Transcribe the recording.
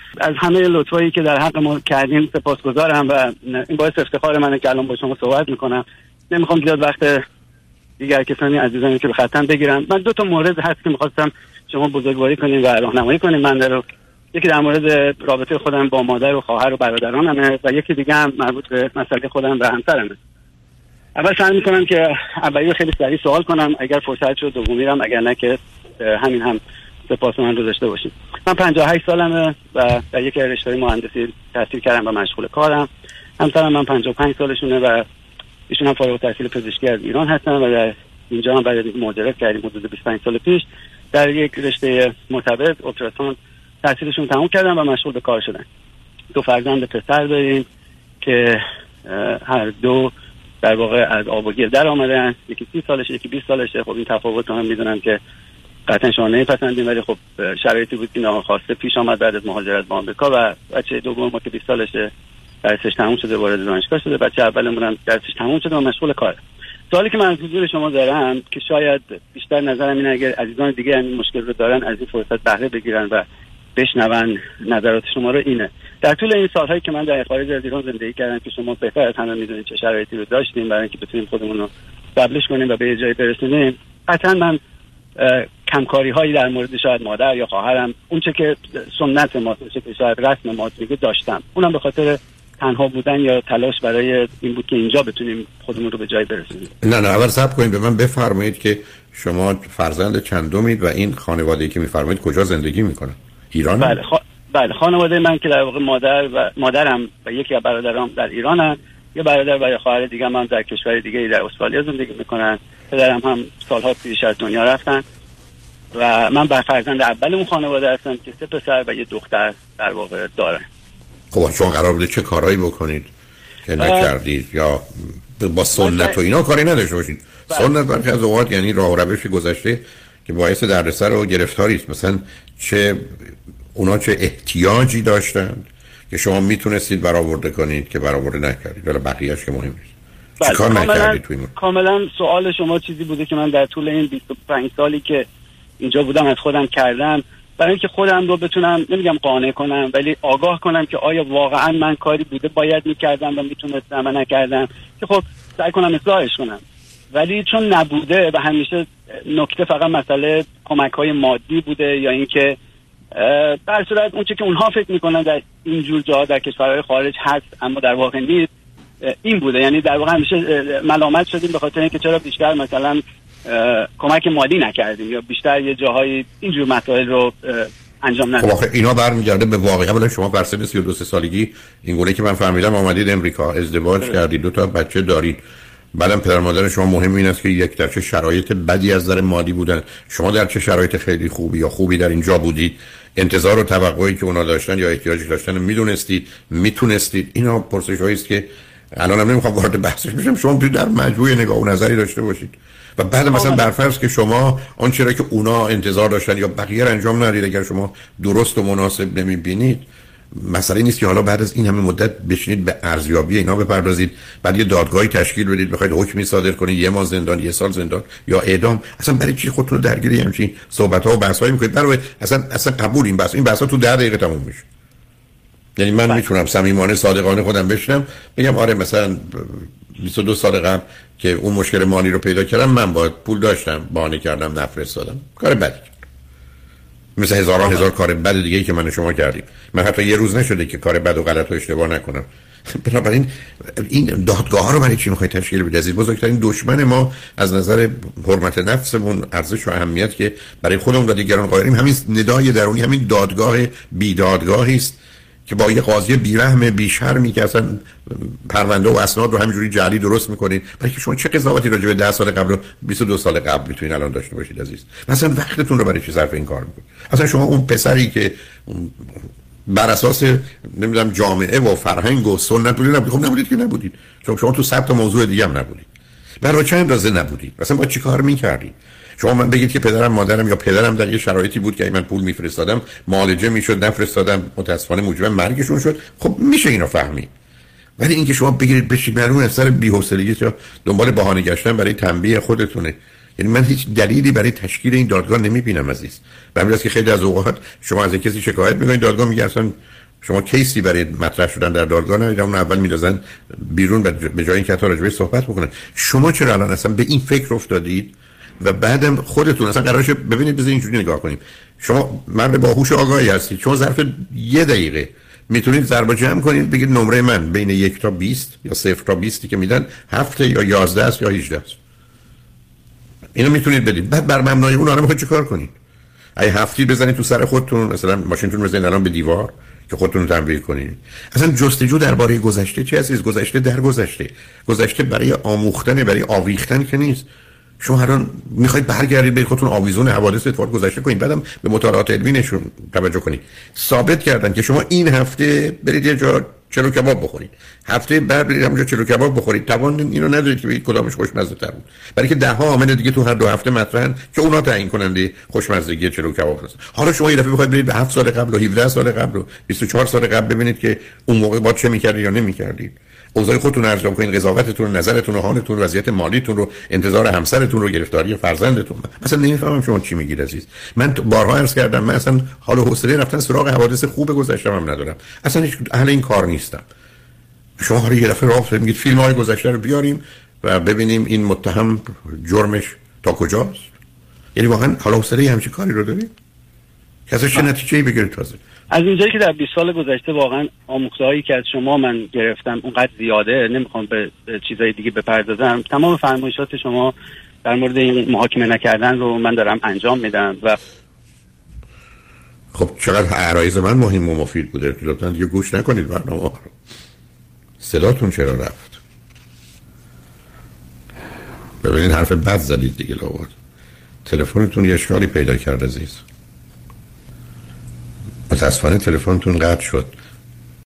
از همه لطفایی که در حق ما کردین سپاسگزارم و این باعث افتخار منه که الان با شما صحبت میکنم. نمیخوام زیاد وقت دیگر کسانی عزیزانی که به خطم بگیرم. من 2 مورد هست که میخواستم شما بزرگواری کنین و راهنمایی کنین من رو. یکی در مورد رابطه خودم با مادر و خواهر و برادرانمه و یکی دیگه هم مربوط به مسئله خودم و همسرمه. اول سعی میکنم که اولی خیلی سریع سوال کنم، اگر فرصت شد دومی رو، اگر نه که همین هم سپاس من رو داشته باشید. من 58 سالمه و در یک رشته مهندسی تحصیل کردم و مشغول کارم. همسرم من 55 سالشونه و ایشون هم فارغ التحصیل پزشکی از ایران هستن و در اینجا هم بعد از مهاجرت کردیم حدود 25 سال پیش در یک رشته مرتبط اولتراساوند تحصیلشون تموم کردن و مشغول به کار شدن. 2 فرزند پسر داریم که هر دو در واقع از آب و گل در آمدن. یکی 30 سالشه، یکی 20 سالشه. خب این تفاوت هم میدونم که قطعا شما نمیپسندین، ولی خب شرایطی بود که ناخواسته پیش آمد بعد از مهاجرت به آمریکا. و بچه دوم ما که 20 سالشه درسش تموم شده، وارد دانشگاه شده. بچه اولمون هم درسش تموم شده و مشغول کاره. سوالی که من از حضور شما دارم که شاید بیشتر نظرم اینه اگر عزیزان دیگه این مشکل رو دارن از این فرصت بهره بگیرن و بشنون نظرات شما رو، اینه در طول این سالهایی که من در خارج از ایران زندگی کردم که شما بهتر از همه میدونید چه شرایطی رو داشتیم برای اینکه بتونیم خودمون رو استابلیش کنیم و به جایی برسونیم، قطعا من کمکاری هایی در مورد شاید مادر یا خواهرم اون چه که سنت ما، اون چه که شاید رسم ما میگه داشتم، اونم به خاطر تنها بودن یا تلاش برای این بود که اینجا بتونیم خودمون رو به جای برسونیم. نه اول صبر کنید، به من بفرمایید که شما فرزند چندمید و این خانواده‌ای که میفرمایید کجا زندگی میکنه؟ ایران؟ بله خانواده من که در واقع مادرم و یکی از برادرام در ایرانن، یه برادر و یه خواهر دیگه هم در کشور دیگه در استرالیا زندگی میکنن. پدرم هم سالها پیش از دنیا رفتن و من فرزند اول اون خانواده هستم که 3 پسر و یه دختر در واقع دارن. خب شما قرار بوده چه کارهایی بکنید که نکردید یا با سنت و اینا کاری نداشته باشید؟ سنت برخی از اوقات یعنی راه و روش گذشته که باعث دردسر و گرفتاری است. مثلا اونا چه احتیاجی داشتند که شما میتونستید برآورده کنید که برآورده نکردید، ولی بقیه‌اش که مهم نیست. چیکار نکردید توی کاملا سوال شما چیزی بوده که من در طول این 25 سالی که اینجا بودم از خودم کردم برای اینکه خودم رو بتونم نمیگم قانع کنم ولی آگاه کنم که آیا واقعا من کاری بوده باید میکردم و میتونستم و نکردم که خب سعی کنم اصلاحش کنم. ولی چون نبوده و همیشه نکته فقط مسئله کمک‌های مادی بوده یا اینکه در صورت اون چه که اونها فکر میکنن در اینجور جاها در کشورهای خارج هست اما در واقع نیست، این بوده. یعنی در واقع همیشه ملامت شدیم به خاطر اینکه چرا بیشتر مثلا کمک مالی نکردیم یا بیشتر یه جاهای اینجور مسائل رو انجام ندادیم. خب اینا برمیگرده به واقعیت. ولی شما در سن 32 سالگی اینگونه که من فهمیدم آمدید امریکا، ازدواج کردید، 2 تا بچه دارید، بعدم پدر مادر شما مهم این است که یک در چه شرایط بدی از نظر مالی بودن، شما در چه شرایط خیلی خوبی یا خوبی در اینجا بودید، انتظار و توقعی که اونا داشتن یا احتیاجی داشتن میدونستید، میتونستید. اینا پرسش‌هایی است که الان هم نمیخوام وارد بحثش بشم. شما در مجموعه نگاه و نظری داشته باشید و بعد مثلا برفرض که شما آن چیزی که اونا انتظار داشتن یا بقیه رو انجام ندید، اگر شما درست و مناسب نمیبینید، مسئله نیست که حالا بعد از این همه مدت بشینید به ارزیابی اینا بپردازید، بعد یه دادگاهی تشکیل بدید بخواید حکمی صادر کنید، 1 ماه زندان، 1 سال زندان یا اعدام. اصلا برای چی خودتون رو درگیر همچین صحبت‌ها و بحث‌هایی می‌کنید؟ برای اصلا قبول این بحثا تو 10 دقیقه تموم میشه. یعنی من میتونم صمیمانه صادقانه خودم بشینم بگم آره مثلا 22 سال قبل که اون مشکل مالی رو پیدا کردم من باید پول داشتم، بهانه کردم نفرستادم، کار بدی. مثل هزار کار بد دیگه‌ای که من و شما کردیم. من حتی یه روز نشده که کار بد و غلط و اشتباه نکنم. بنابراین این دادگاه‌ها رو برای چی می‌خواید تشکیل بدید؟ بزرگترین دشمن ما از نظر حرمت نفسمون، ارزش و اهمیت که برای خودمون و دیگران قائلیم همین ندای درونی، همین دادگاه بی دادگاهی است که با یه قاضی بی‌رحم بی‌شرمی که اصلا پرونده و اسناد رو همینجوری جعلی درست می‌کنید. برای که شما چه قضاوتی راجع به 10 سال قبل و 22 سال قبل می‌تونید الان داشته باشید عزیز؟ مثلا وقتتون رو برای چی صرف این کار می‌کنید؟ اصلا شما اون پسری که بر اساس نمیدونم جامعه و فرهنگ و سنت بودید نبودید. خب نبودید که نبودید. چون شما تو 100 تا موضوع دیگه هم نبودید. برای چه اندازه نبودید؟ مثلا با چی کار می‌کردید؟ شما من بگید که پدرم مادرم یا پدرم در یه شرایطی بود که من پول میفرستادم معالجه میشد، نفرستادم متاسفانه موجب مرگشون شد. خب میشه اینو فهمید. ولی اینکه شما بگیرید بشید معلومه اثر بی‌حوصلگی یا دنبال بهانه گشتن برای تنبیه خودتونه. یعنی من هیچ دلیلی برای تشکیل این دادگاه نمیبینم عزیز. به همین که خیلی از اوقات شما از کسی شکایت میکنید، دادگاه میگه اصلا شما کیسی برای مطرح شدن در دادگاه ندید، اون اول می‌دازن بیرون به جای اینکه حتی راجبش صحبت بکنن. شما چرا الان اصلا به این فکر افتادید و بعدم خودتون اصلا قرارش ببینید بذارید اینجوری نگاه کنیم. شما مرد باهوش آگاهی هستید، شما ظرف 1 دقیقه میتونید ضرب جمع کنید بگید نمره من بین 1 تا 20 یا 0 تا 20 که میدن 7 یا 11 است یا 18 است. اینو میتونید بدید. بعد بر مبنای اون آدم میخواید چیکار کنید؟ اگه هفتی بزنید تو سر خودتون، مثلا ماشینتون بزنید الان به دیوار که خودتون رو تنبیه کنید. اصلا جستجو درباره گذشته چی هست؟ گذشته در گذشته. گذشته برای آموختن، برای آویختن که نیست. شما الان میخواید برگردید به خودتون آویزون حوادث اتفاق گذشته کنید، بعدم به مطالعات علمی نشون توجه کنید. ثابت کردن که شما این هفته برید یه جا چلو کباب بخورید، هفته بعد برید همونجا چلو کباب بخورید، توان اینو ندارید که بگید کدامش خوشمزه تر بود، برای که 10 ها عامل دیگه تو هر 2 هفته مطرحن که اونا تعیین کننده خوشمزگی چلو کباب هست. حالا شما یه دفعه بخواید برید به 7 سال قبل و 17 سال قبل و 24 سال قبل ببینید که اون موقع با چه می‌کردید یا نمی‌کردید. اوضاع خودتون رو ارزیابی کنید، قضاوتتون، نظرتون، حالتون، وضعیت مالیتون رو، انتظار همسرتون رو، گرفتاری فرزندتون. مثلا نمی‌فهمم شما چی میگید عزیز. من بارها عرض کردم من اصلا حال و حوصله رفتن سراغ حوادث خوب گذشته‌ام هم ندارم. اصلا هیچ اهل این کار نیستم. شما هر یه دفعه راه میگید فیلم‌های گذشته رو بیاریم و ببینیم این متهم جرمش تا کجاست. یعنی واقعا حالا حوصله همچین کاری رو دارید؟ کسی چه نتیجه‌ای بگیرید تازه؟ از اونجایی که در 20 سال گذشته واقعا آموخته‌هایی که از شما من گرفتم اونقدر زیاده، نمیخوام به چیزای دیگه بپردازم. تمام فرمایشات شما در مورد این محاکمه نکردن رو من دارم انجام میدم و خب چقدر عرایض من مهم و مفید بوده. لطفاً دیگه گوش نکنید برنامه رو. صداتون چرا رفت؟ ببینید حرف بد زدید دیگه لابد. تلفنتون یه اشکالی پیدا کرد عزیز. متاسفانه تلفنتون قطع شد.